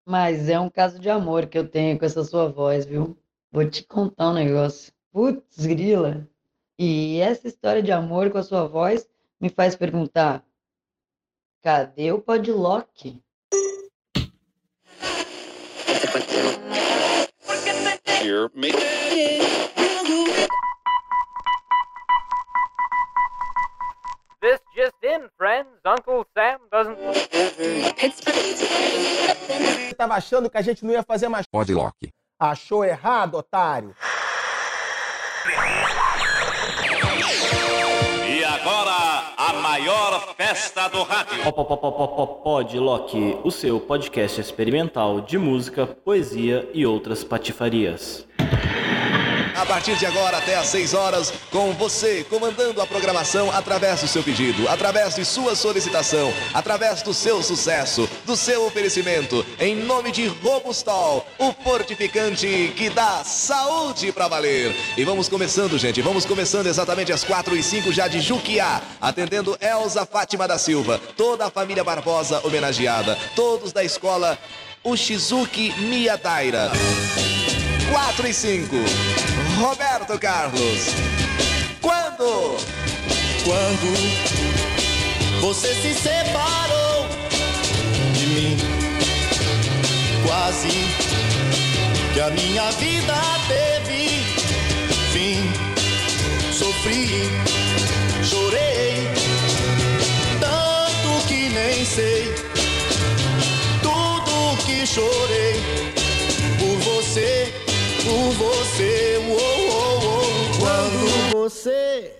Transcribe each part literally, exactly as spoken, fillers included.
Mas é um caso de amor que eu tenho com essa sua voz, viu? Vou te contar um negócio. Putz, grila. E essa história de amor com a sua voz me faz perguntar: cadê o Podlock? Here, me. This just in, friends. Uncle Sam doesn't. Você tava achando que a gente não ia fazer mais... Podlock. Achou errado, otário. E agora, a maior festa do rádio. Podlock, o seu podcast experimental de música, poesia e outras patifarias. A partir de agora até às seis horas, com você comandando a programação através do seu pedido, através de sua solicitação, através do seu sucesso, do seu oferecimento, em nome de Robustol, o fortificante que dá saúde pra valer. E vamos começando, gente, vamos começando exatamente às quatro e cinco já de Juquiá, atendendo Elza Fátima da Silva, toda a família Barbosa homenageada, todos da escola Ushizuki Miyadaira. quatro e cinco. Roberto Carlos. Quando? Quando você se separou de mim, quase que a minha vida teve fim. Sofri, chorei, tanto que nem sei tudo que chorei por você. Por você, oh, oh, oh. Quando você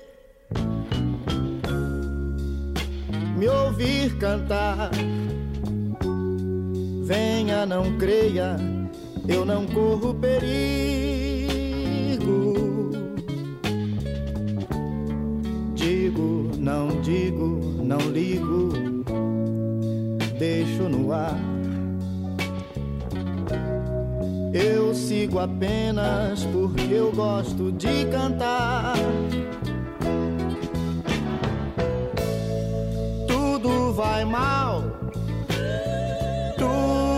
me ouvir cantar, venha, não creia, eu não corro perigo. Digo, não digo, não ligo, deixo no ar. Eu sigo apenas porque eu gosto de cantar. Tudo vai mal, tudo.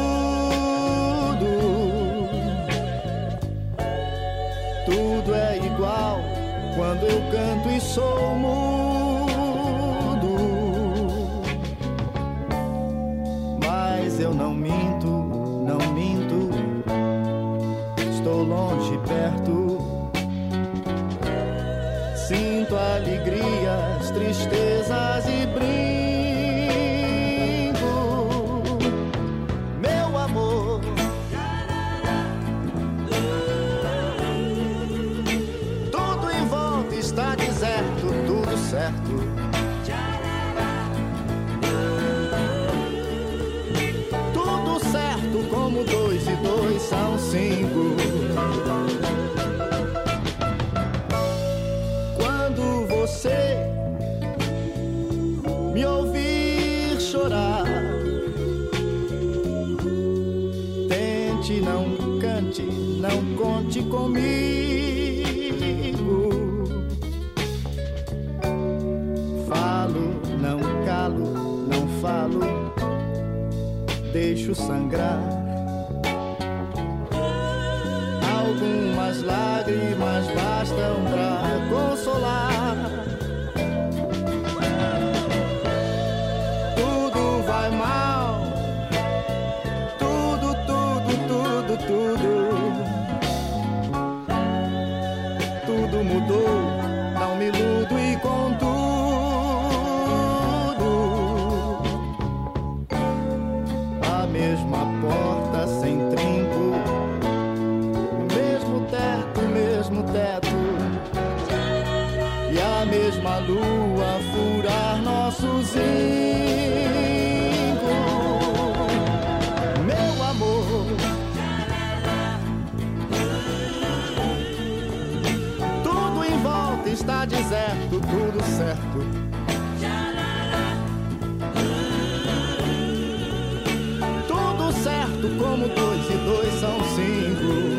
Tudo é igual quando eu canto e sou mudo. Mas eu não minto, não minto. Estou longe, perto. Sinto alegrias, tristezas e brinco. Meu amor, tudo em volta está deserto, tudo certo. Tudo certo como dois e dois são cinco. Quando você me ouvir chorar, tente, não cante, não conte comigo. Falo, não calo, não falo, deixo sangrar. Algumas lágrimas bastam pra consolar. Tudo vai mal, tudo, tudo, tudo, tudo. Tudo mudou, não me iludo e contudo. A mesma porta sem trinco, mesmo teto, e a mesma lua furar nossos zinco. Meu amor, tudo em volta está deserto, tudo certo. Tudo certo como dois e dois são cinco.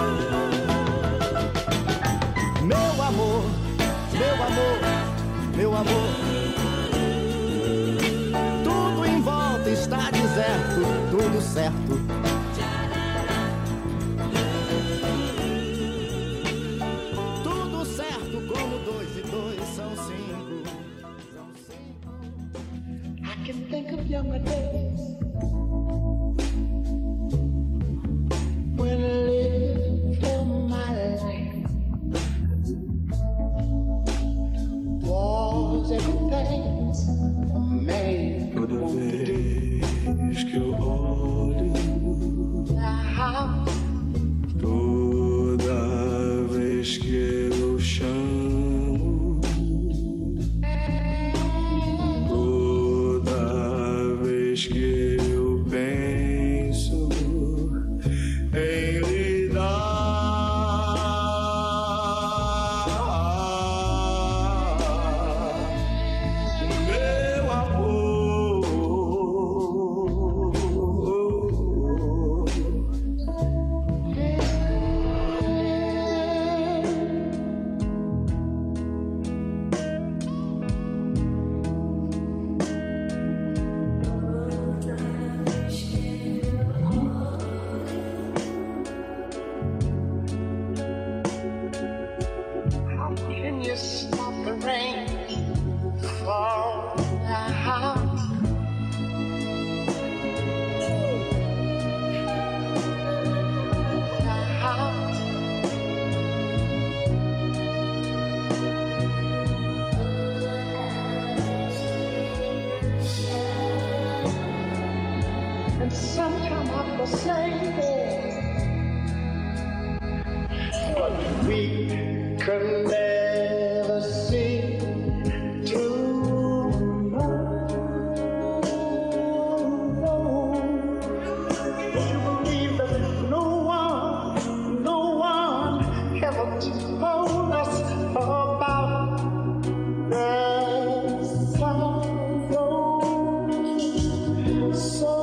Meu amor, meu amor, meu amor, tudo em volta está deserto, tudo certo. Sometimes I feel sad, but we could never see tomorrow. Would you believe that no one, no one ever told us about that sorrow? So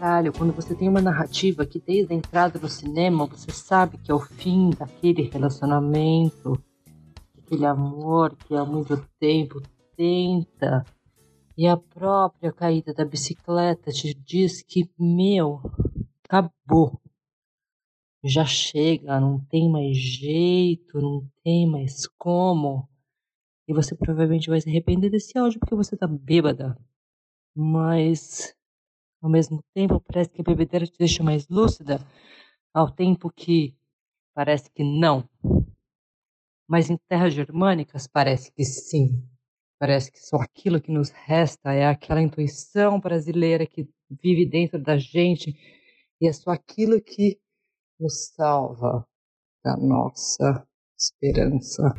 caralho, quando você tem uma narrativa que desde a entrada do cinema você sabe que é o fim daquele relacionamento, aquele amor que há muito tempo tenta, e a própria caída da bicicleta te diz que, meu, acabou. Já chega, não tem mais jeito, não tem mais como. E você provavelmente vai se arrepender desse áudio porque você tá bêbada. Mas, ao mesmo tempo, parece que a bebedeira te deixa mais lúcida, ao tempo que parece que não. Mas em terras germânicas parece que sim. Parece que só aquilo que nos resta é aquela intuição brasileira que vive dentro da gente e é só aquilo que nos salva da nossa esperança.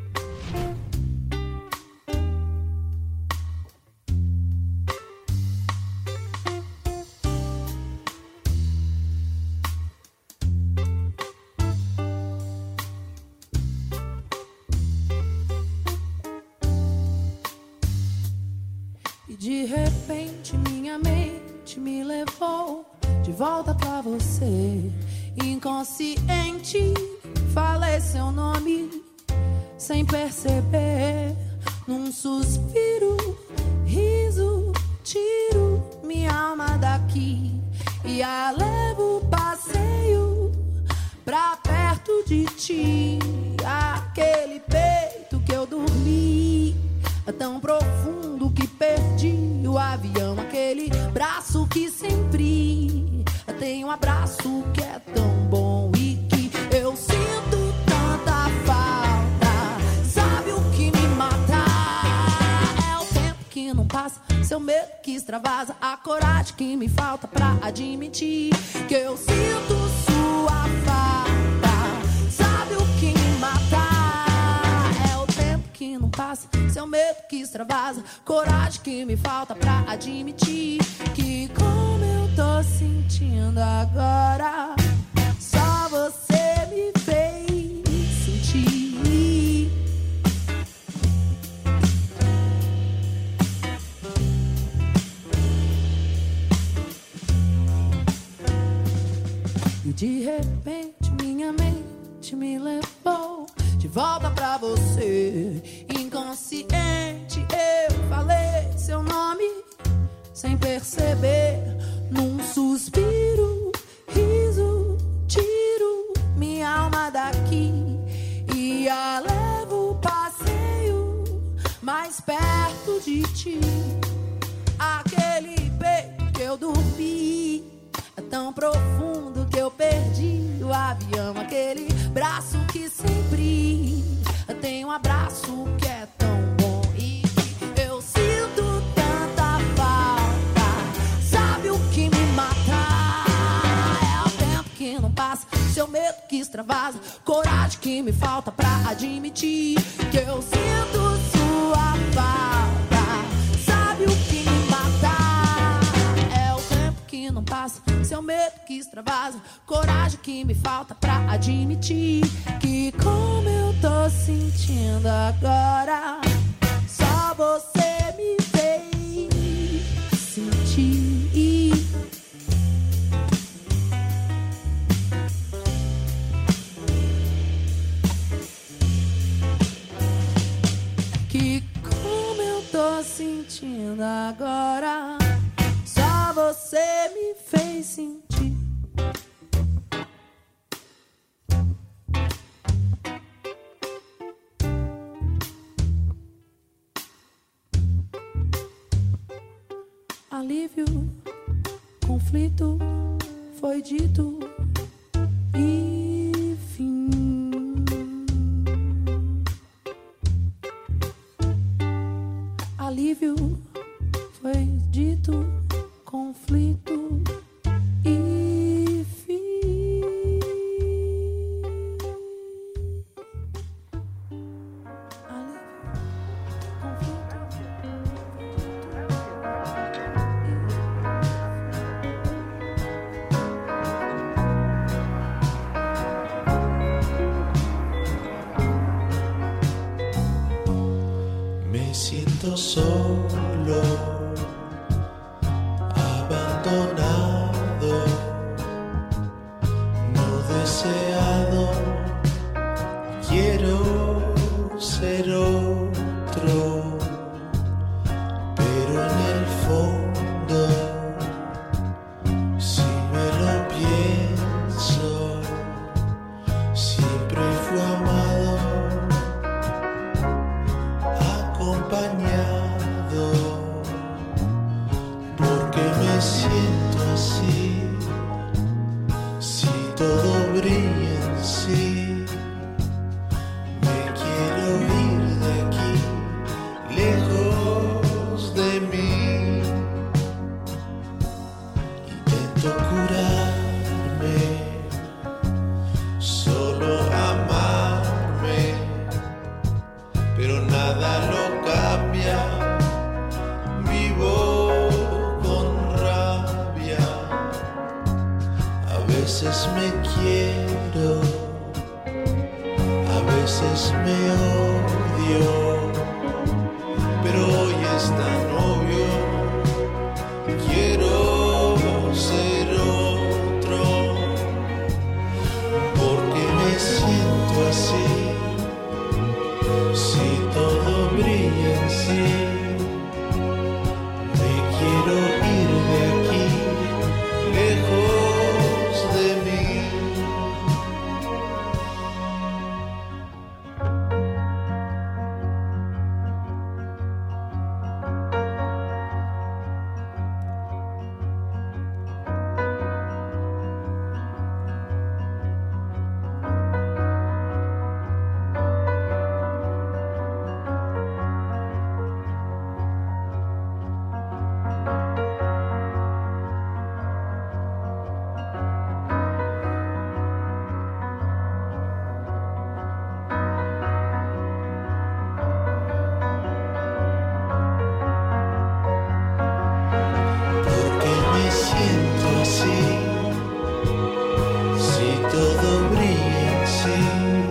De repente minha mente me levou de volta pra você. Inconsciente falei seu nome sem perceber. Num suspiro, riso, tiro minha alma daqui e a levo passeio pra perto de ti. Aquele peito que eu dormi é tão profundo que perdi o avião. Aquele braço que sempre tem um abraço que é tão bom e que eu sinto tanta falta. Sabe o que me mata? É o tempo que não passa, seu medo que extravasa, a coragem que me falta pra admitir que eu sinto sua falta. Sabe o que me mata? Que não passa, seu medo que extravasa, coragem que me falta pra admitir que como eu tô sentindo agora, só você me fez sentir. E de repente minha mente me levou de volta pra você. Inconsciente eu falei seu nome sem perceber. Num suspiro, riso, tiro minha alma daqui e a levo passeio mais perto de ti. Aquele beijo que eu dormi é tão profundo que eu perdi o avião. Aquele braço que sempre tem um abraço que é tão bom e que eu sinto tanta falta. Sabe o que me mata? É o tempo que não passa, seu medo que extravasa, coragem que me falta pra admitir que eu sinto sua falta. Sabe o que me mata? É o tempo que não passa, seu medo que extravasa, coragem que me falta pra admitir que como eu tô sentindo agora, só você me fez sentir. Que como eu tô sentindo agora, só você me fez sentir. Alívio, conflito, foi dito e fim. Alívio, foi dito, conflito e fim. Me siento solo, abandonado. todo brilla en sí. Me quiero ir de aquí, lejos de mí. Intento curarme, solo amarme, pero nada lo cambia. Vivo con rabia, a veces me quiero, a veces me odio, pero hoy es tan obvio, quiero ser otro, porque me siento así, si todo brilla en sí. Me quiero ir de aquí, lejos de mí. Porque me siento así, si todo brilla en sí.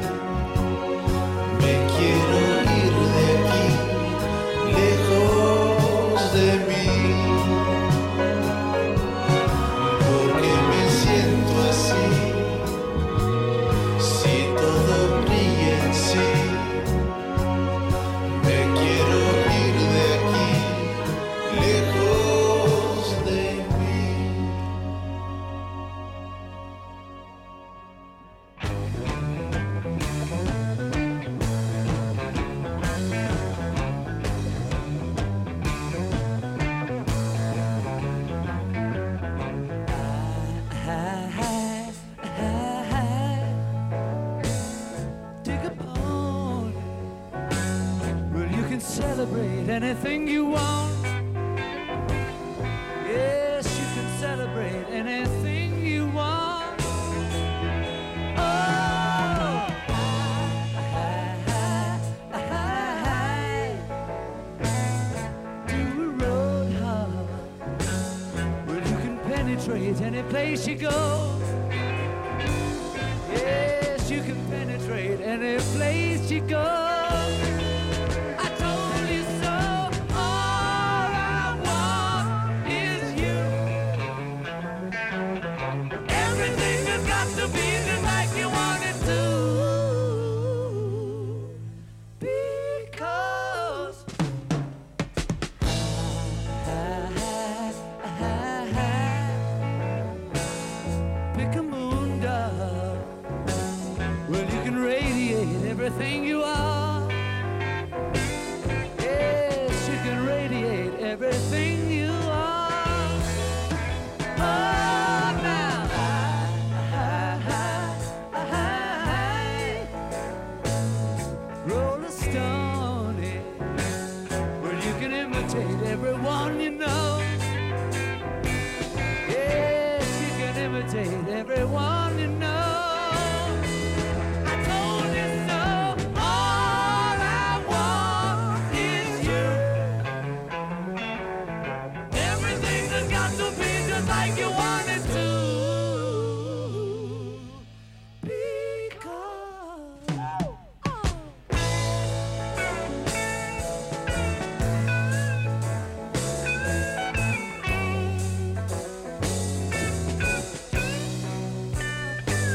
Me quiero ir de aquí, lejos de mí. Porque me siento así, si todo brilla en sí. Me quiero ir de aquí, lejos de mí. Take a pony. Well, you can celebrate anything you want. Yes, you can celebrate anything you want. Oh, do a road hop. Well, you can penetrate any place you go. Yes, you can penetrate any place you go. I told you so. All I want is you. Everything has got to be just like you want it to. Because pick a moon dove. Well, you can radiate everything you are. Yes, you can radiate everything you are. Oh, now. Roll a stone. Well, you can imitate everyone you know. Yes, you can imitate everyone you know. I told you so. All I want is you. Everything has got to be just like you want it to. Because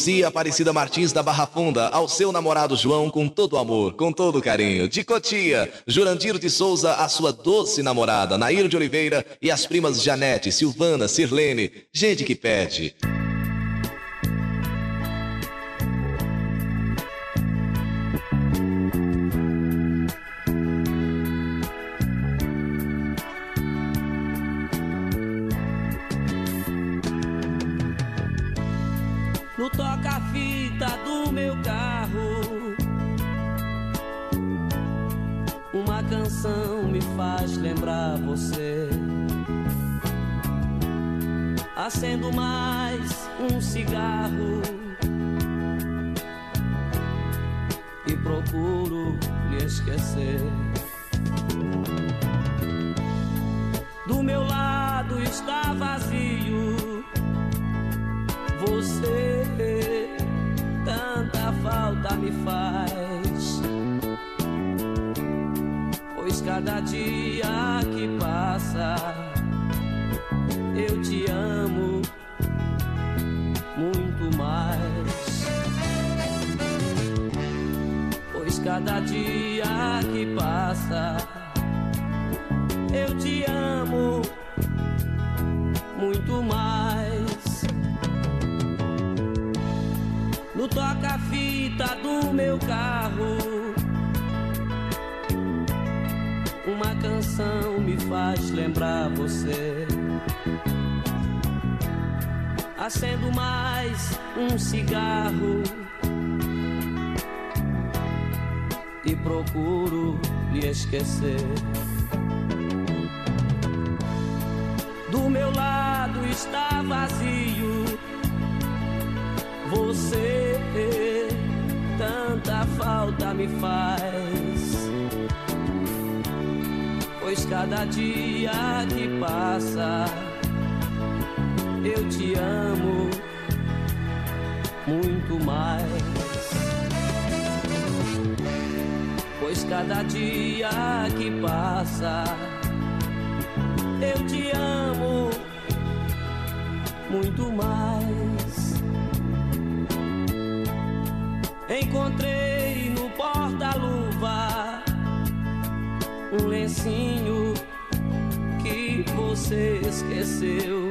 Lucia Aparecida Martins da Barra Funda, ao seu namorado João, com todo amor, com todo carinho. De Cotia, Jurandiro de Souza, a sua doce namorada, Nair de Oliveira, e as primas Janete, Silvana, Sirlene, gente que pede. No toca-fita do meu carro, uma canção me faz lembrar você. Acendo mais um cigarro e procuro lhe esquecer. Do meu lado está vazio, você tanta falta me faz, pois cada dia que passa eu te amo muito mais, pois cada dia que passa eu te amo muito mais. No toca-fita do meu carro, uma canção me faz lembrar você. Acendo mais um cigarro e procuro lhe esquecer. Do meu lado está vazio, você tanta falta me faz, pois cada dia que passa eu te amo muito mais, pois cada dia que passa eu te amo muito mais. Encontrei no porta-luva um lencinho que você esqueceu,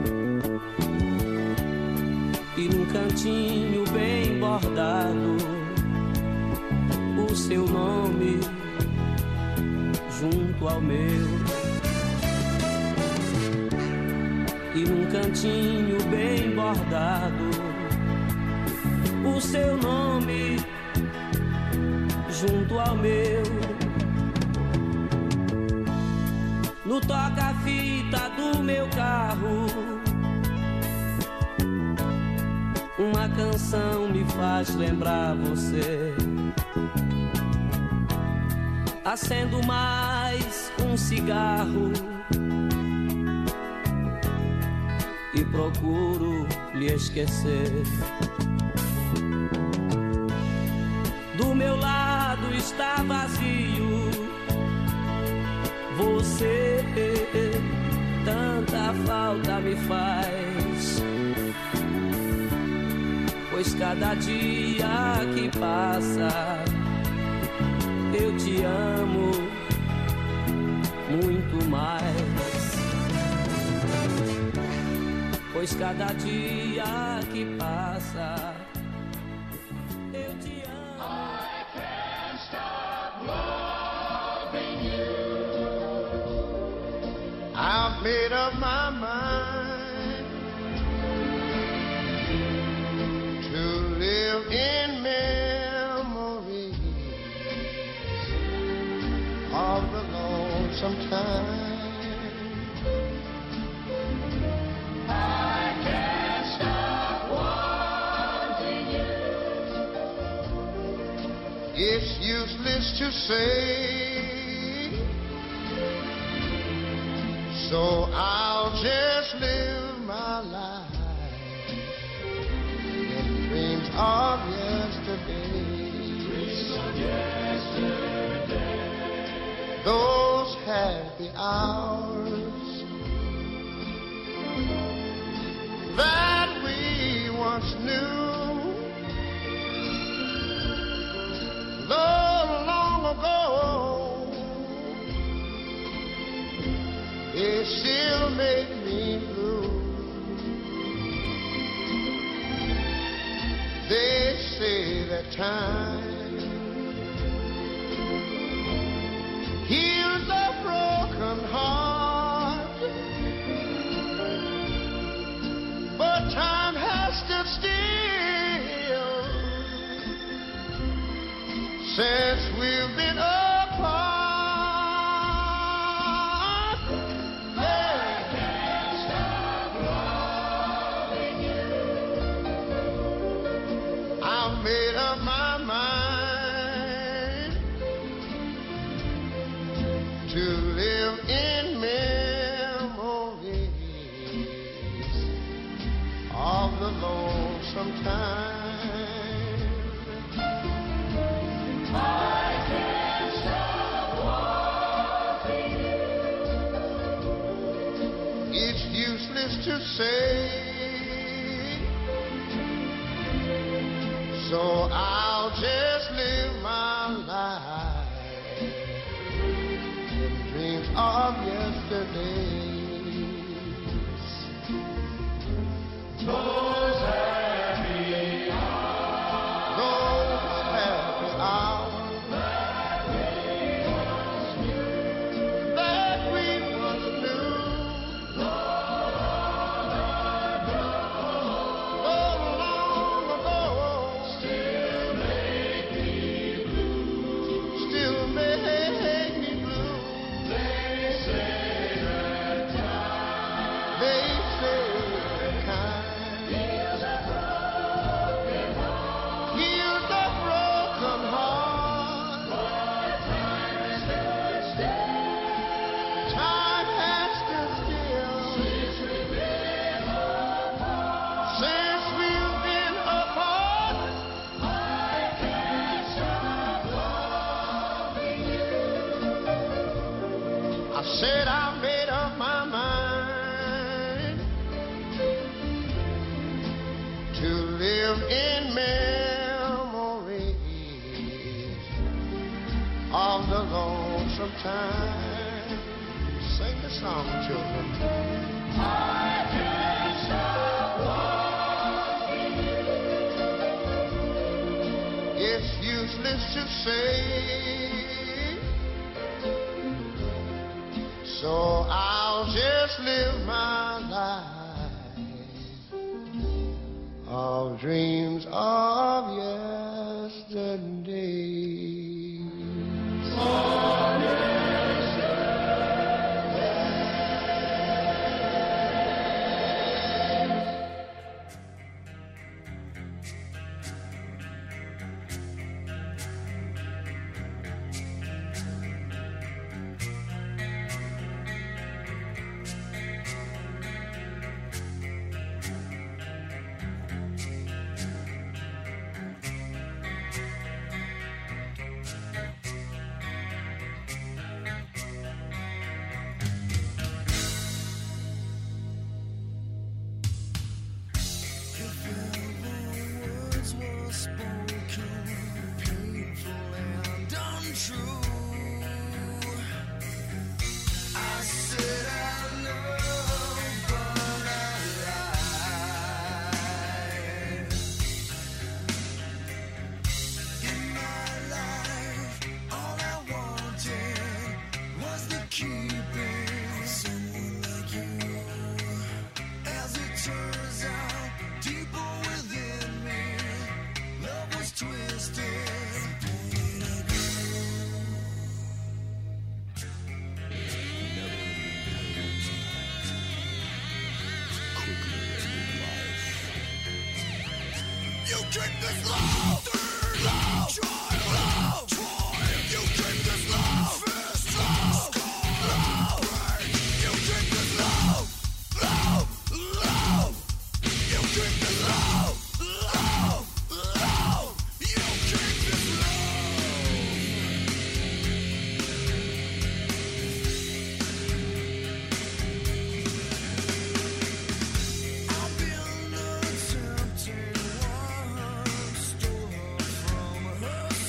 e num cantinho bem bordado o seu nome junto ao meu, e num cantinho bem bordado o seu nome junto ao meu. No toca-fita do meu carro, uma canção me faz lembrar você. Acendo mais um cigarro e procuro lhe esquecer. Do meu lado está vazio, você tanta falta me faz, pois cada dia que passa eu te amo muito mais, pois cada dia que passa eu te amo. I can't stop loving you. I've made up my mind to live in memories of the lonesome time. I can't stop wanting you. It's useless to say, so I'll just live my life in dreams of yesterday. Dreams of yesterday. Those happy hours that we once knew. make me blue. They say that time heals a broken heart, but time has stood still since we've been apart. Made up my mind to live in memories of the lonesome time. I can't stop walking. It's useless to say, so I'll just live my life in dreams of yesterdays. Those happy hours, those happy hours that we once knew, that we once knew. Long ago, oh, long ago. Still make me blue. They say that time, they say that time heals a broken heart, heals a broken heart. But time has stood still, time has stood still since we've been apart, since we've been apart. I can't stop loving you. I said I made up my mind to live in memories of the lonesome time. Sing the song, children. I can't stop loving you. It's useless to say, so I'll just live my life of dreams of yesterday. Of I've been a tempted one, stole her from her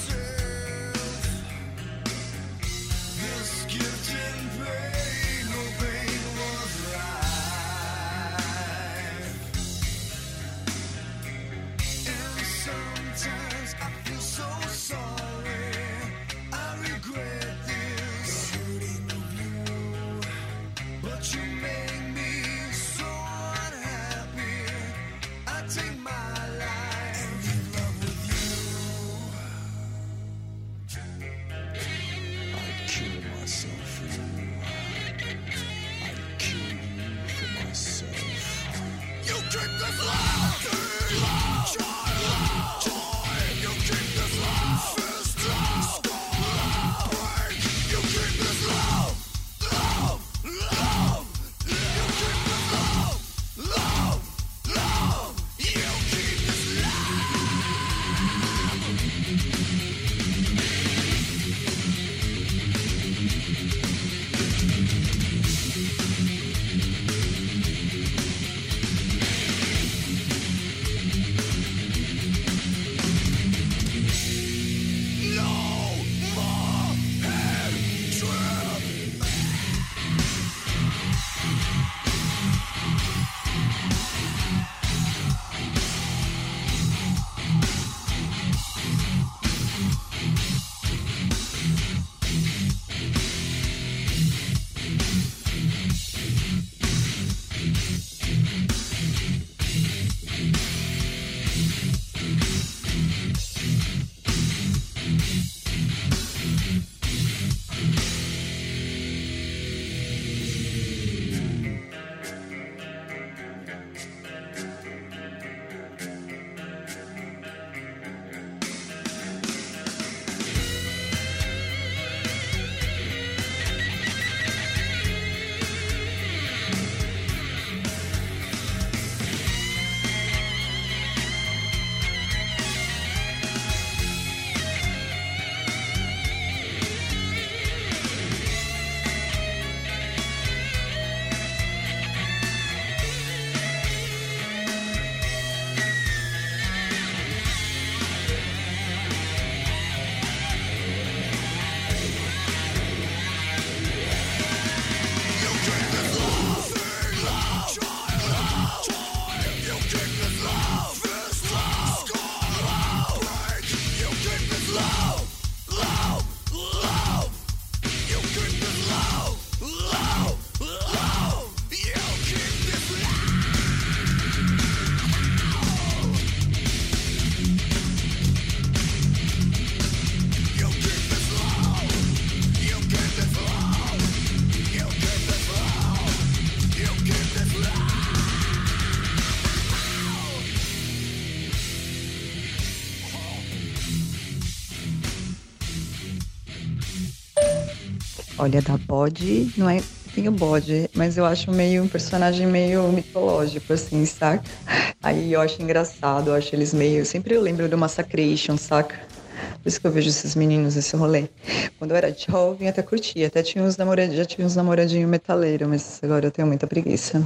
Olha, da bode, não é tem o bode, mas eu acho meio um personagem meio mitológico, assim, saca? Aí eu acho engraçado, eu acho eles meio... Sempre eu lembro do Massacration, saca? Por isso que eu vejo esses meninos nesse rolê. Quando eu era jovem, até curtia, até tinha uns namoradinhos, já tinha uns namoradinhos metaleiros, mas agora eu tenho muita preguiça.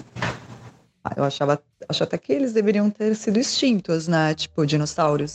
Ah, eu achava, acho até que eles deveriam ter sido extintos, né? Tipo, dinossauros.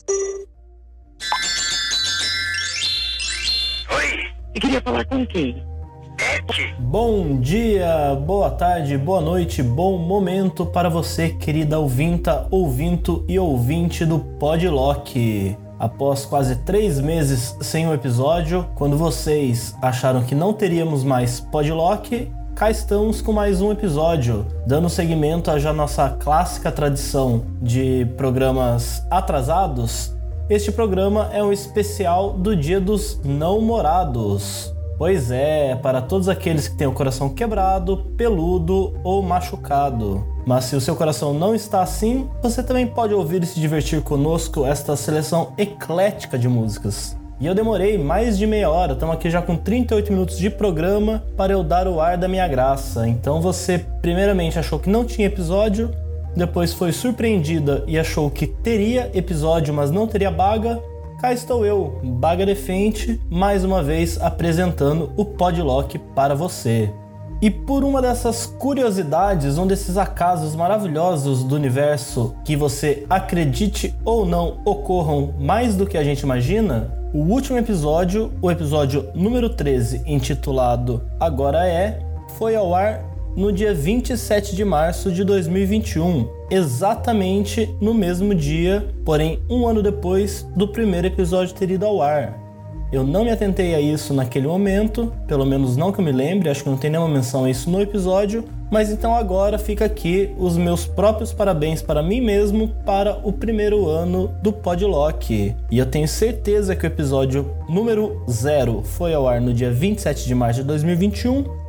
Oi, eu queria falar com quem? Bom dia, boa tarde, boa noite, bom momento para você, querida ouvinta, ouvinto e ouvinte do Podlock. Após quase três meses sem um episódio, quando vocês acharam que não teríamos mais Podlock, cá estamos com mais um episódio, dando seguimento à já nossa clássica tradição de programas atrasados. Este programa é um especial do Dia dos Não-Morados. Pois é, para todos aqueles que têm o coração quebrado, peludo ou machucado. Mas se o seu coração não está assim, você também pode ouvir e se divertir conosco esta seleção eclética de músicas. E eu demorei mais de meia hora, estamos aqui já com trinta e oito minutos de programa para eu dar o ar da minha graça. Então você primeiramente achou que não tinha episódio, depois foi surpreendida e achou que teria episódio, mas não teria baga. Cá estou eu, Baga Defente, mais uma vez apresentando o Podlock para você. E por uma dessas curiosidades, um desses acasos maravilhosos do universo que você acredite ou não ocorram mais do que a gente imagina, o último episódio, o episódio número treze, intitulado Agora É, foi ao ar no dia vinte e sete de março de dois mil e vinte e um, exatamente no mesmo dia, porém um ano depois do primeiro episódio ter ido ao ar. Eu não me atentei a isso naquele momento, pelo menos não que eu me lembre, acho que não tem nenhuma menção a isso no episódio, mas então agora fica aqui os meus próprios parabéns para mim mesmo para o primeiro ano do Podlock. E eu tenho certeza que o episódio número zero foi ao ar no dia vinte e sete de março de dois mil e vinte e um,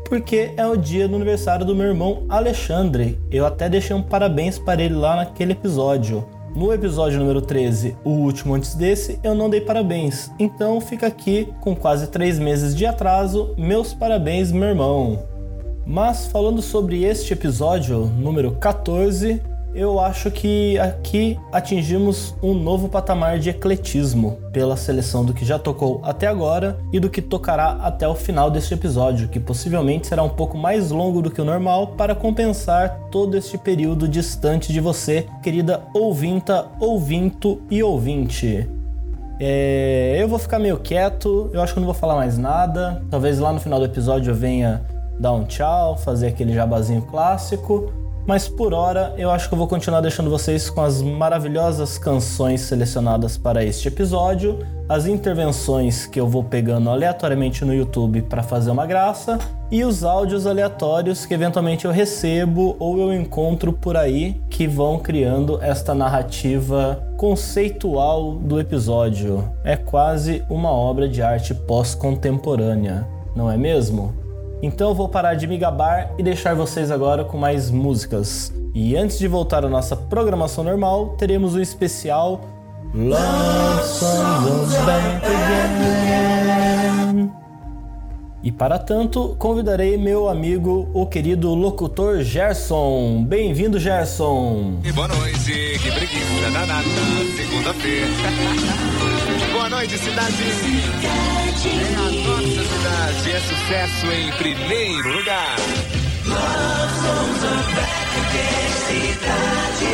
porque é o dia do aniversário do meu irmão Alexandre. Eu até deixei um parabéns para ele lá naquele episódio. No episódio número treze, o último antes desse, eu não dei parabéns. Então fica aqui, com quase três meses de atraso, meus parabéns, meu irmão. Mas falando sobre este episódio, número quatorze, eu acho que aqui atingimos um novo patamar de ecletismo pela seleção do que já tocou até agora e do que tocará até o final deste episódio, que possivelmente será um pouco mais longo do que o normal para compensar todo este período distante de você, querida ouvinta, ouvinto e ouvinte. É, eu vou ficar meio quieto, eu acho que eu não vou falar mais nada, talvez lá no final do episódio eu venha dar um tchau, fazer aquele jabazinho clássico. Mas por hora, eu acho que eu vou continuar deixando vocês com as maravilhosas canções selecionadas para este episódio, as intervenções que eu vou pegando aleatoriamente no YouTube para fazer uma graça e os áudios aleatórios que eventualmente eu recebo ou eu encontro por aí que vão criando esta narrativa conceitual do episódio. É quase uma obra de arte pós-contemporânea, não é mesmo? Então eu vou parar de me gabar e deixar vocês agora com mais músicas. E antes de voltar à nossa programação normal, teremos um especial Love Songs Back Again. E para tanto, convidarei meu amigo, o querido locutor Gerson. Bem-vindo, Gerson. E boa noite, que preguiça danada, segunda-feira. Boa noite, cidade. É a nossa cidade, é sucesso em primeiro lugar. Love songs are back again, cidade.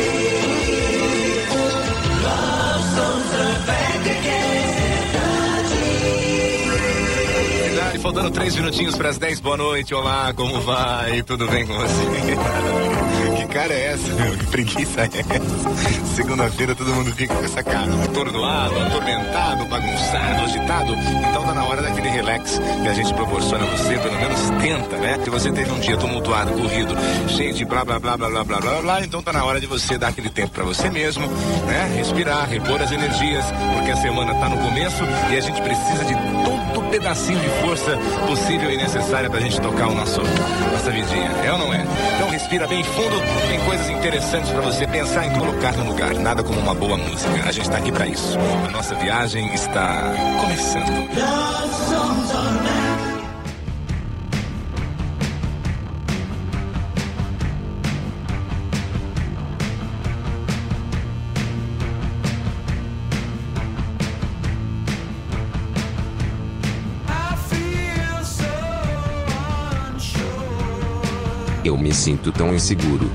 Love songs are back again, cidade. Cidade, faltando três minutinhos para as dez. Boa noite, olá, como vai? Tudo bem com você? Que cara é essa, meu? Que preguiça é essa? Segunda-feira todo mundo fica com essa cara atordoado, atormentado, bagunçado, agitado. Então tá na hora daquele relax que a gente proporciona a você, pelo menos tenta, né? Se você teve um dia tumultuado, corrido, cheio de blá blá blá blá blá blá blá blá, então tá na hora de você dar aquele tempo pra você mesmo, né? Respirar, repor as energias, porque a semana tá no começo e a gente precisa de todo pedacinho de força possível e necessária pra gente tocar o nosso, nossa vidinha, é ou não é? Então respira bem fundo, tem coisas interessantes pra você pensar em colocar no lugar. Nada como uma boa música. A gente tá aqui pra isso. A nossa viagem está começando. Eu me sinto tão inseguro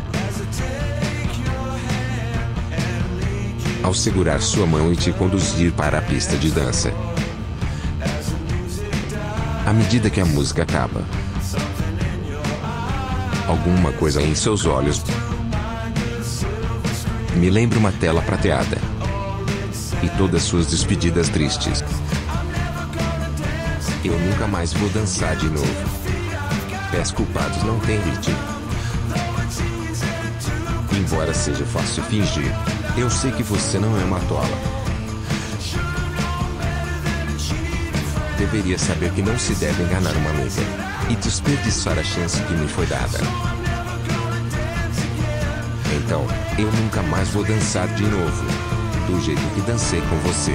ao segurar sua mão e te conduzir para a pista de dança. À medida que a música acaba, alguma coisa em seus olhos me lembra uma tela prateada e todas suas despedidas tristes. Eu nunca mais vou dançar de novo. Pés culpados não têm ritmo. Embora seja fácil fingir, eu sei que você não é uma tola. Deveria saber que não se deve enganar uma amiga e desperdiçar a chance que me foi dada. Então, eu nunca mais vou dançar de novo, do jeito que dancei com você.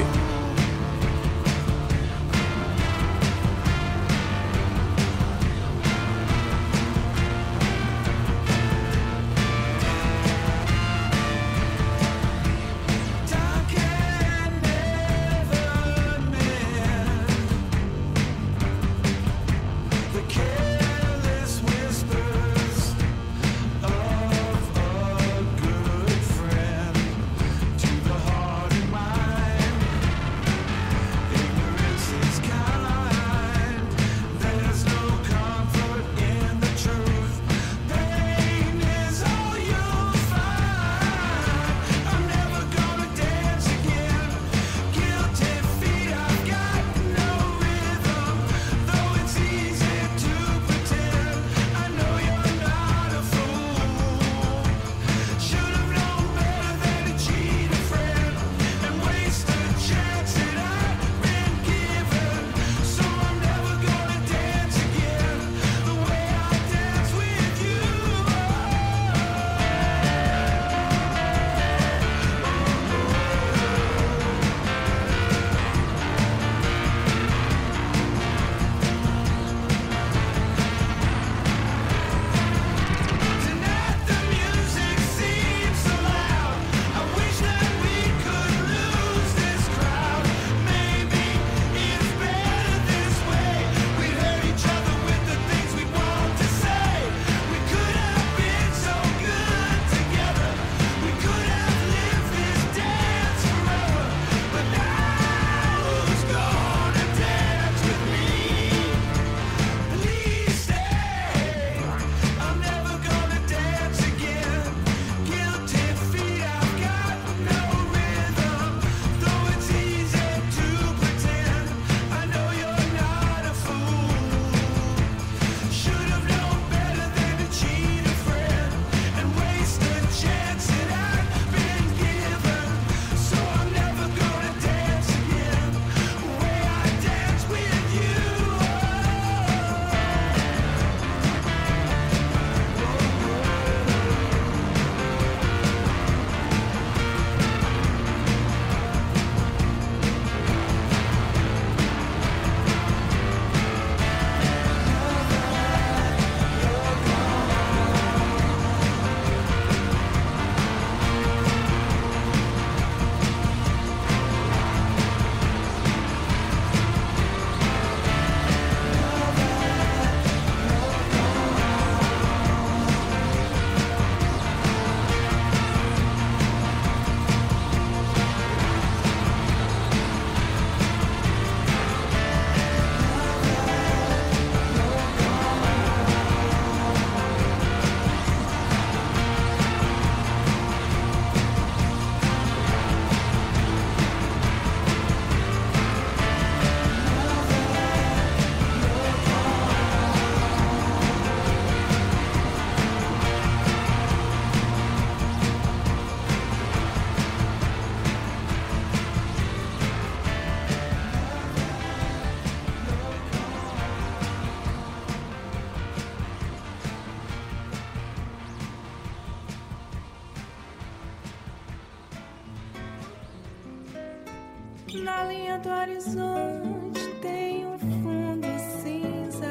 Na linha do horizonte tem um fundo cinza.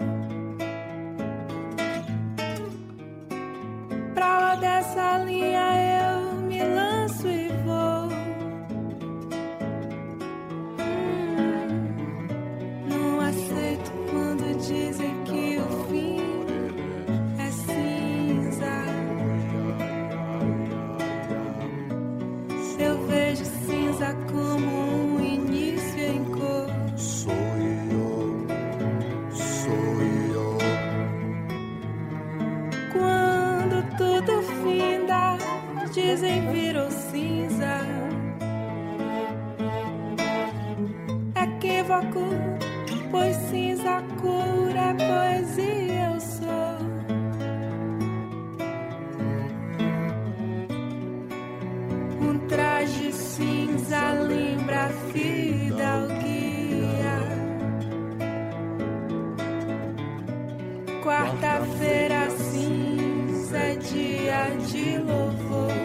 Pra lá dessa linha eu me lanço e vou. hum, Não aceito quando dizem que o fim é cinza. Eu vejo cinza como um início em cor. Sou eu, sou eu. Quando tudo finda, dizem virou cinza. Equívoco, pois cinza cura é poesia, eu sou. Um traje cinza lembra a fidalguia. Quarta-feira cinza é dia de louvor.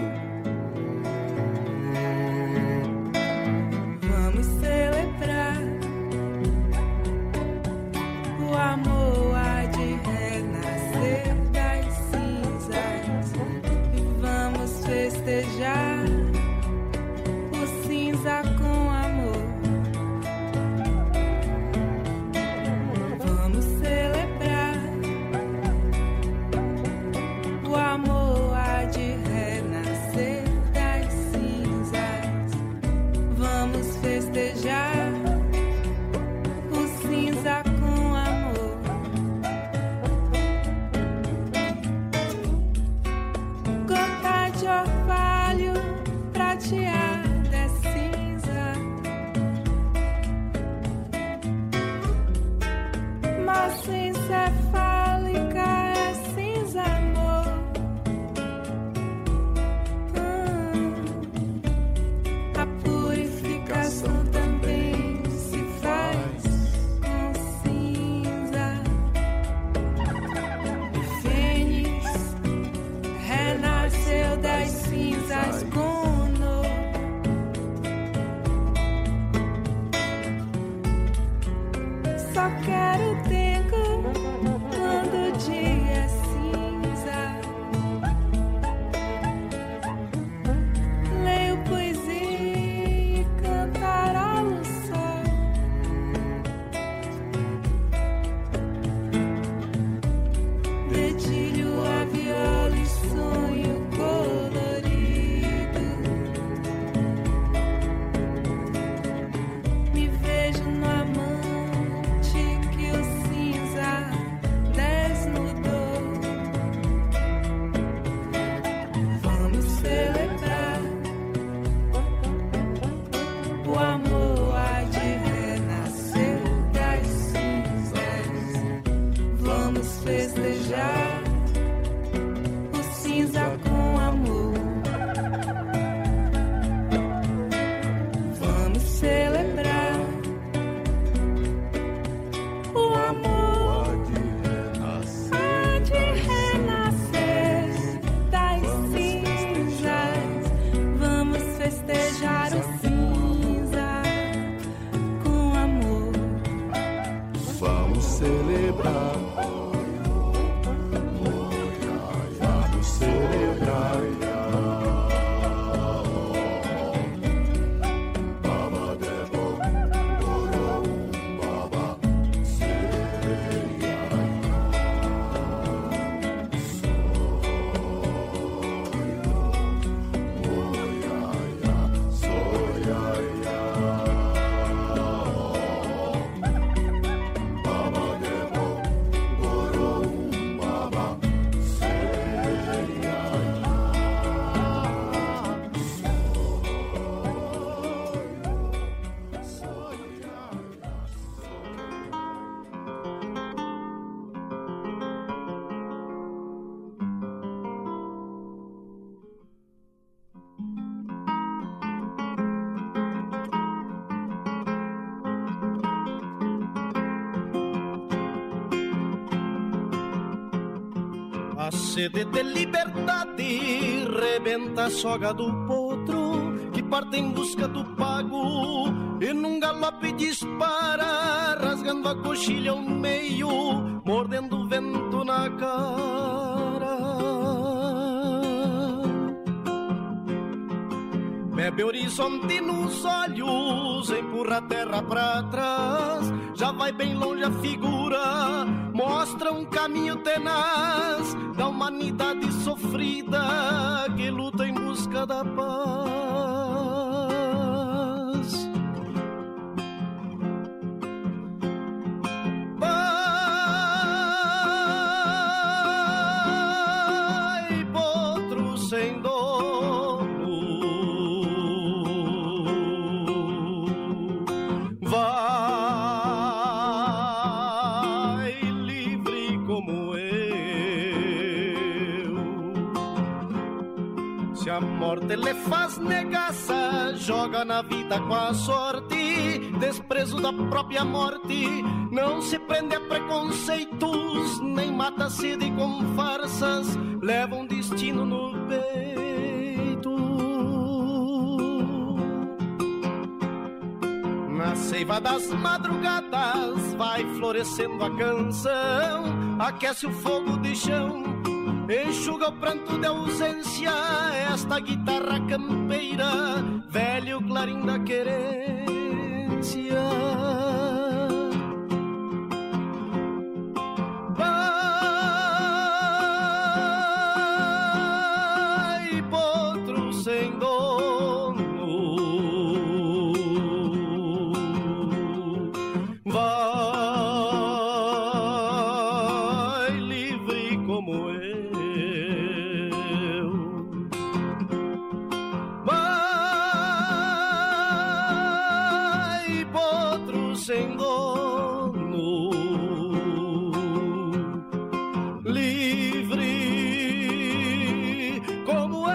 Vamos celebrar. O amor há de renascer das cinzas. E vamos festejar o cinza com amor. Vamos celebrar. O amor há de renascer das cinzas. Vamos festejar o cinza com amor. Gota de orvalho prateada é cinza. Massa encefálica é cinza, amor. Hum, A purificação também se faz com cinza. O fênix renasceu das cinzas com no. Só quero tempo quando o dia é cinza. Leio poesia e cantarolo só. Dedilho a viola e sonho colorido. Me vejo no amante que o cinza desnudou. Vamos celebrar. O amor há de renascer das cinzas. Vamos festejar o cinza com amor. Vamos celebrar. O amor há de renascer das cinzas. Vamos festejar o cinza com amor. Vamos celebrar. Vamos celebrar. Baba debo, oro, baba, sereia. A sede de liberdade rebenta a soga do potro que parte em busca do pago e num galope dispara, rasgando a coxilha ao meio, mordendo o vento na cara. Bebe horizonte nos olhos, empurra a terra pra trás, já vai bem longe a figura, mostra um caminho tenaz da humanidade sofrida que luta em busca da paz. Vai, potro sem dono, vai livre como eu. Se a morte lhe faz negaça, joga na vida com a sorte, desprezo da própria morte, não se prende a preconceitos, nem mata a sede com farsas, leva um destino no peito. Na seiva das madrugadas vai florescendo a canção, aquece o fogo de chão, enxuga o pranto de ausência, esta guitarra campeira, velho clarim da querência. Vai, potro sem dono, vai livre como eu. Vai, potro sem dono, livre como eu.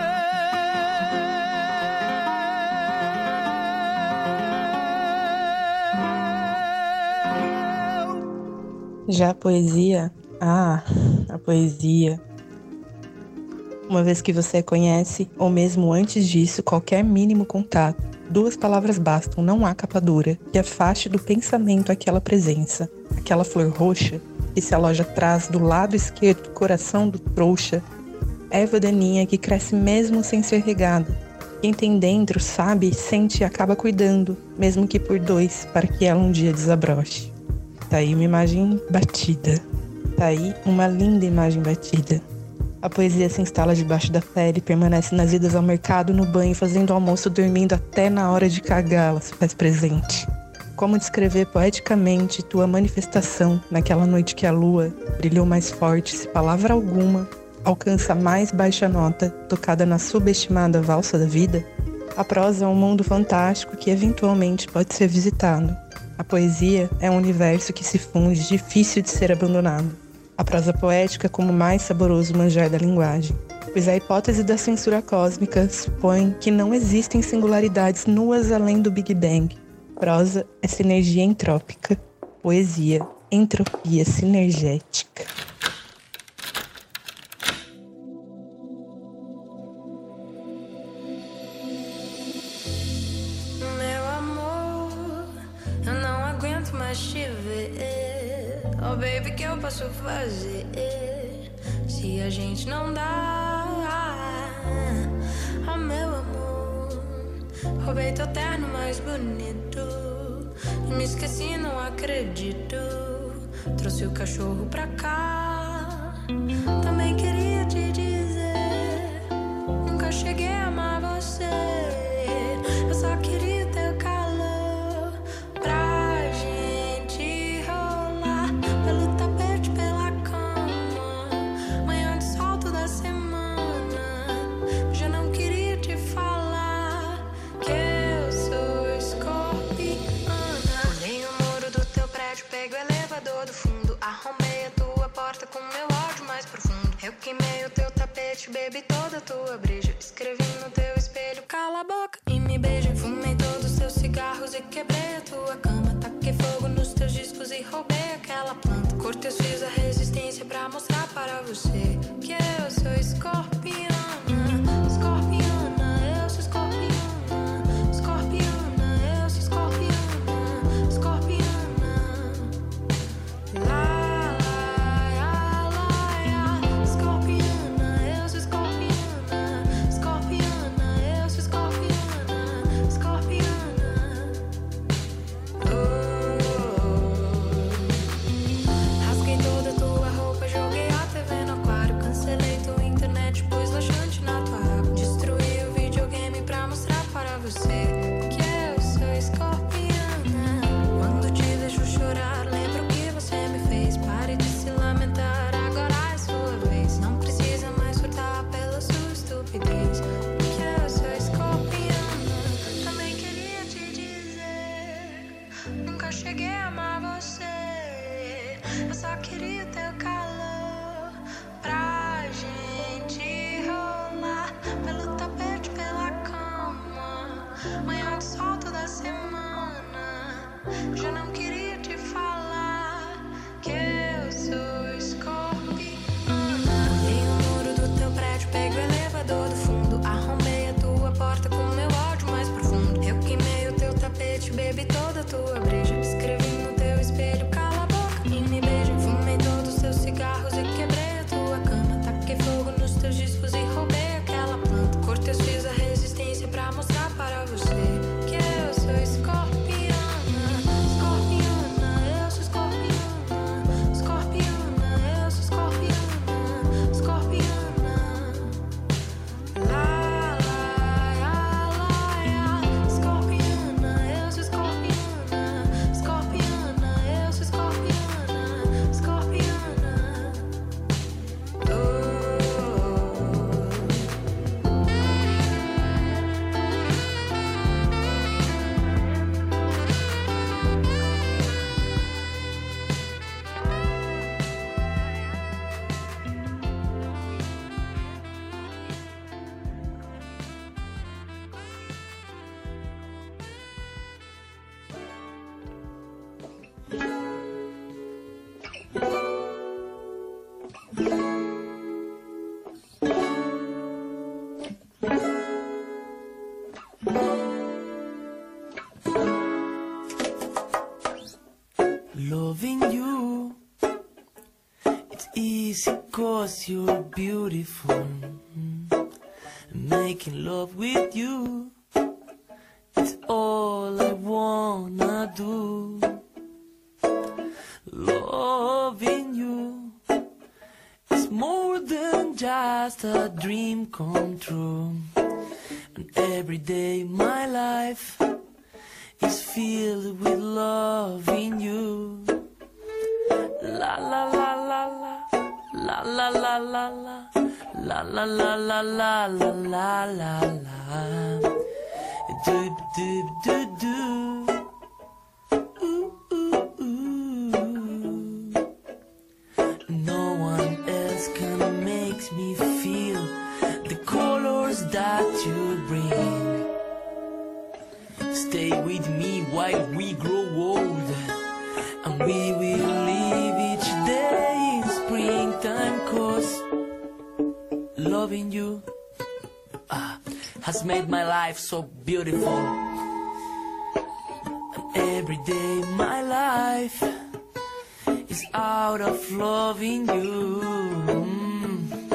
Já a poesia, ah, a poesia. Uma vez que você a conhece, ou mesmo antes disso, qualquer mínimo contato, duas palavras bastam, não há capa dura, que afaste do pensamento aquela presença, aquela flor roxa que se aloja atrás do lado esquerdo do coração do trouxa, erva daninha que cresce mesmo sem ser regada. Quem tem dentro sabe, sente e acaba cuidando, mesmo que por dois, para que ela um dia desabroche. Tá aí uma imagem batida. Tá aí uma linda imagem batida. A poesia se instala debaixo da pele, permanece nas idas ao mercado, no banho, fazendo almoço, dormindo, até na hora de cagar ela se faz presente. Como descrever poeticamente tua manifestação naquela noite que a lua brilhou mais forte, se palavra alguma alcança a mais baixa nota, tocada na subestimada valsa da vida? A prosa é um mundo fantástico que eventualmente pode ser visitado. A poesia é um universo que se funde, difícil de ser abandonado. A prosa poética é como o mais saboroso manjar da linguagem, pois a hipótese da censura cósmica supõe que não existem singularidades nuas além do Big Bang. Prosa é sinergia entrópica, poesia, entropia sinergética. Oh baby, que eu posso fazer se a gente não dá? Oh meu amor, roubei teu terno mais bonito e me esqueci, não acredito. Trouxe o cachorro pra cá. Também queria te dizer, nunca cheguei a amar você. Eu só queria teu calor pra com meu ódio mais profundo. Eu queimei o teu tapete, bebi toda a tua breja, escrevi no teu espelho, cala a boca e me beija. Fumei todos os teus cigarros e quebrei a tua cama. Taquei fogo nos teus discos e roubei aquela planta. Cortei os fios da resistência pra mostrar para você que eu sou escorpiana. Escorpiana, eu sou escorpiana. carros e quebrei a tua cama. Taquei fogo nos teus discos e roubei aquela planta. Cortei os fios da resistência pra mostrar para você que eu sou escorpiana. Escorpiana, eu sou escorpiana. Escorpiana, eu sou escorpiana. Escorpiana. Lá, lá, lá, lá, escorpiana, eu sou escorpiana. Escorpiana, eu sou escorpiana. Escorpiana. Loving you, it's easy cause you're beautiful. Making love with you, it's all I wanna do. Loving you is more than just a dream come true. And every day my life is filled with loving you. La la la la la, la la la la la, la la la la la la la la la. Do do do do. Ooh ooh ooh. No one else can make me feel the colors that you bring. Stay with me while we grow old, and we will live each day in springtime, cause loving you ah, has made my life so beautiful. And every day my life is out of loving you. Mm.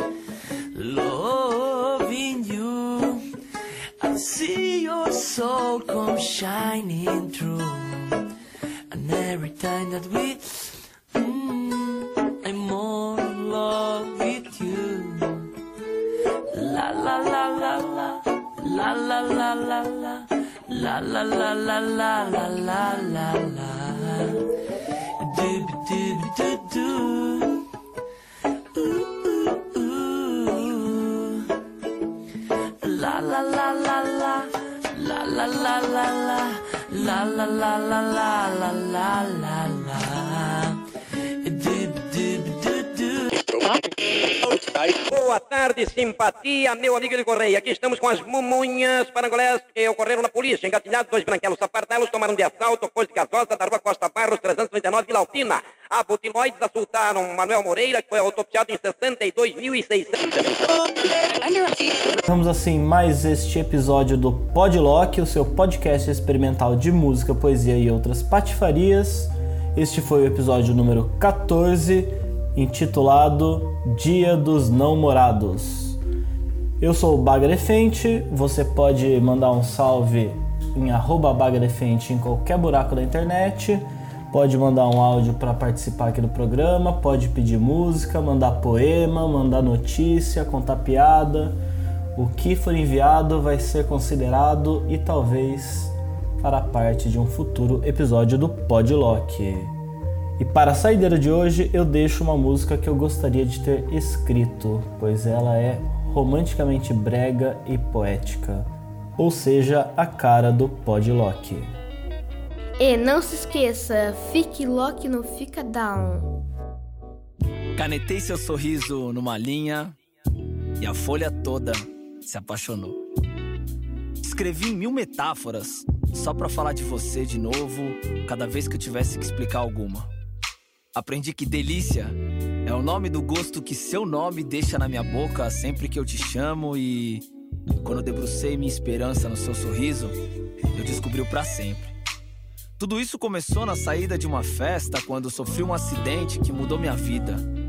Loving you, I see your soul come shining through. And every time that we mm, I'm more in love with you. La la la la la, la la la la la, la la la la la la la la la. Do do do do. La la la la la, la la la la la, la la la la la la la la la. Dib dib dib dib. Boa tarde, simpatia, meu amigo de Correia. Aqui estamos com as mumunhas parangolés que ocorreram na polícia. Engatilhados, dois branquelos sapardelos tomaram de assalto coisa de gasosa da rua Costa Barros, trezentos e trinta e nove, Vila Alpina. Abutiloides assaltaram Manuel Moreira, que foi autopsiado em sessenta e dois mil e seiscentos. Vamos assim mais este episódio do Podlock, o seu podcast experimental de música, poesia e outras patifarias. Este foi o episódio número quatorze, intitulado Dia dos Não-Morados. Eu sou o Bagrefente, você pode mandar um salve em arroba Bagrefente em qualquer buraco da internet, pode mandar um áudio para participar aqui do programa, pode pedir música, mandar poema, mandar notícia, contar piada. O que for enviado vai ser considerado e talvez fará parte de um futuro episódio do Podlock. E para a saideira de hoje eu deixo uma música que eu gostaria de ter escrito, pois ela é romanticamente brega e poética, ou seja, a cara do Podlock. E não se esqueça, fique lock, não fica down. Canetei seu sorriso numa linha e a folha toda se apaixonou. Escrevi mil metáforas só pra falar de você de novo cada vez que eu tivesse que explicar alguma. Aprendi que delícia é o nome do gosto que seu nome deixa na minha boca sempre que eu te chamo, e quando eu debrucei minha esperança no seu sorriso, eu descobri o pra sempre. Tudo isso começou na saída de uma festa quando sofri um acidente que mudou minha vida.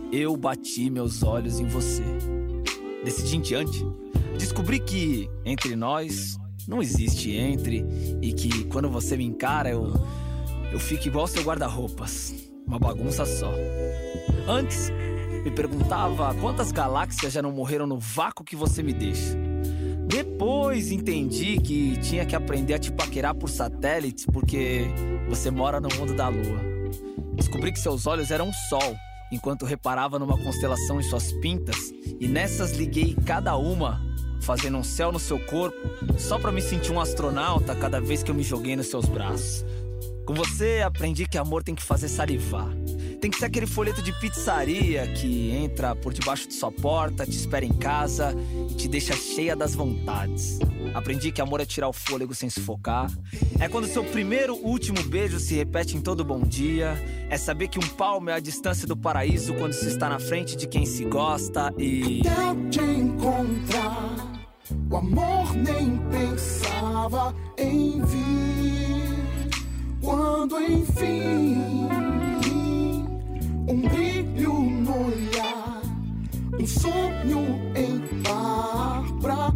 eu bati meus olhos em você. Desse dia em diante, descobri que entre nós não existe entre e que quando você me encara eu, eu fico igual seu guarda-roupas, uma bagunça só. Antes, me perguntava quantas galáxias já não morreram no vácuo que você me deixa. Depois entendi que tinha que aprender a te paquerar por satélites porque você mora no mundo da lua. Descobri que seus olhos eram um sol, enquanto reparava numa constelação em suas pintas, e nessas liguei cada uma, fazendo um céu no seu corpo, só pra me sentir um astronauta cada vez que eu me joguei nos seus braços. Com você aprendi que amor tem que fazer salivar. Tem que ser aquele folheto de pizzaria que entra por debaixo de sua porta, te espera em casa e te deixa cheia das vontades. Aprendi que amor é tirar o fôlego sem sufocar. É quando seu primeiro último beijo se repete em todo bom dia. É saber que um palmo é a distância do paraíso quando se está na frente de quem se gosta e... Até eu te encontrar, o amor nem pensava em vir. Quando enfim, um brilho no olhar, um sonho em par pra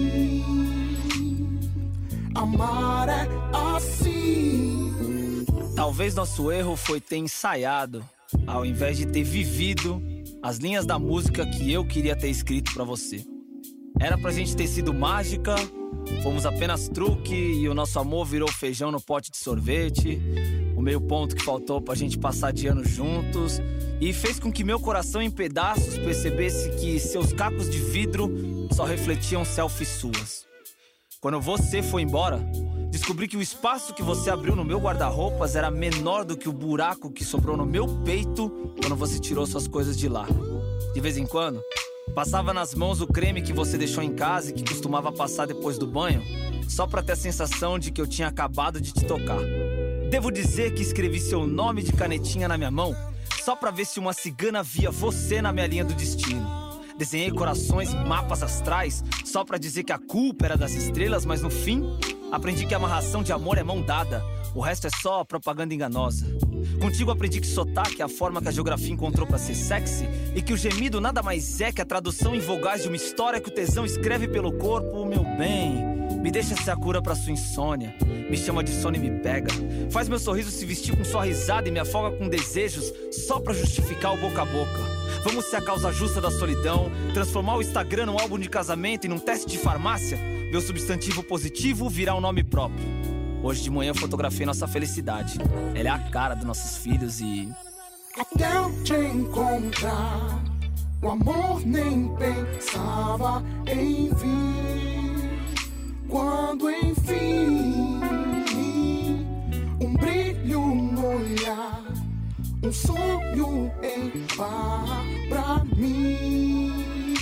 mim. Amar é assim. Talvez nosso erro foi ter ensaiado, ao invés de ter vivido as linhas da música que eu queria ter escrito pra você. Era pra gente ter sido mágica, fomos apenas truque e o nosso amor virou feijão no pote de sorvete. O meio ponto que faltou pra gente passar de ano juntos e fez com que meu coração em pedaços percebesse que seus cacos de vidro só refletiam selfies suas. Quando você foi embora, descobri que o espaço que você abriu no meu guarda-roupas era menor do que o buraco que sobrou no meu peito quando você tirou suas coisas de lá. De vez em quando, passava nas mãos o creme que você deixou em casa e que costumava passar depois do banho, só pra ter a sensação de que eu tinha acabado de te tocar. Devo dizer que escrevi seu nome de canetinha na minha mão, só pra ver se uma cigana via você na minha linha do destino. Desenhei corações e mapas astrais, só pra dizer que a culpa era das estrelas, mas no fim, aprendi que a amarração de amor é mão dada, o resto é só propaganda enganosa. Contigo aprendi que sotaque é a forma que a geografia encontrou pra ser sexy e que o gemido nada mais é que a tradução em vogais de uma história que o tesão escreve pelo corpo. Meu bem, me deixa ser a cura pra sua insônia, me chama de sono e me pega, faz meu sorriso se vestir com sua risada e me afoga com desejos só pra justificar o boca a boca. Vamos ser a causa justa da solidão, transformar o Instagram num álbum de casamento e num teste de farmácia, meu substantivo positivo virar um nome próprio. Hoje de manhã eu fotografei nossa felicidade. Ela é a cara dos nossos filhos e... Até eu te encontrar, o amor nem pensava em vir. Quando enfim, um brilho no olhar, um sonho em par pra mim.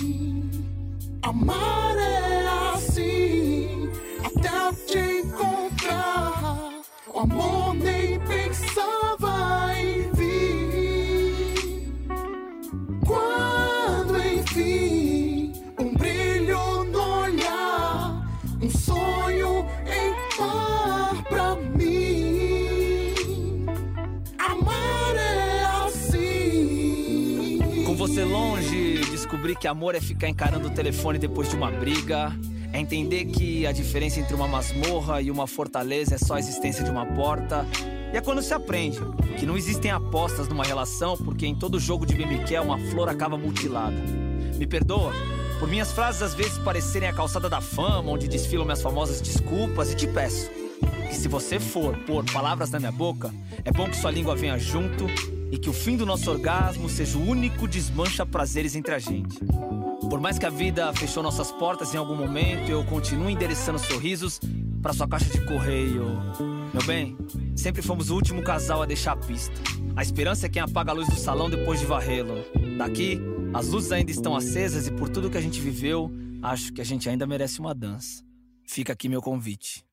Amar é assim, até eu te encontrar, o amor nem pensava em vir. Quando enfim, um brilho no olhar, um sonho em par pra mim. Amar é assim. Com você longe, descobri que amor é ficar encarando o telefone depois de uma briga. É entender que a diferença entre uma masmorra e uma fortaleza é só a existência de uma porta. E é quando se aprende que não existem apostas numa relação, porque em todo jogo de bemiquel uma flor acaba mutilada. Me perdoa por minhas frases às vezes parecerem a calçada da fama, onde desfilam minhas famosas desculpas, e te peço que se você for pôr palavras na minha boca, é bom que sua língua venha junto e que o fim do nosso orgasmo seja o único desmancha-prazeres entre a gente. Por mais que a vida fechou nossas portas em algum momento, eu continuo endereçando sorrisos pra sua caixa de correio. Meu bem, sempre fomos o último casal a deixar a pista. A esperança é quem apaga a luz do salão depois de varrê-lo. Daqui, as luzes ainda estão acesas e por tudo que a gente viveu, acho que a gente ainda merece uma dança. Fica aqui meu convite.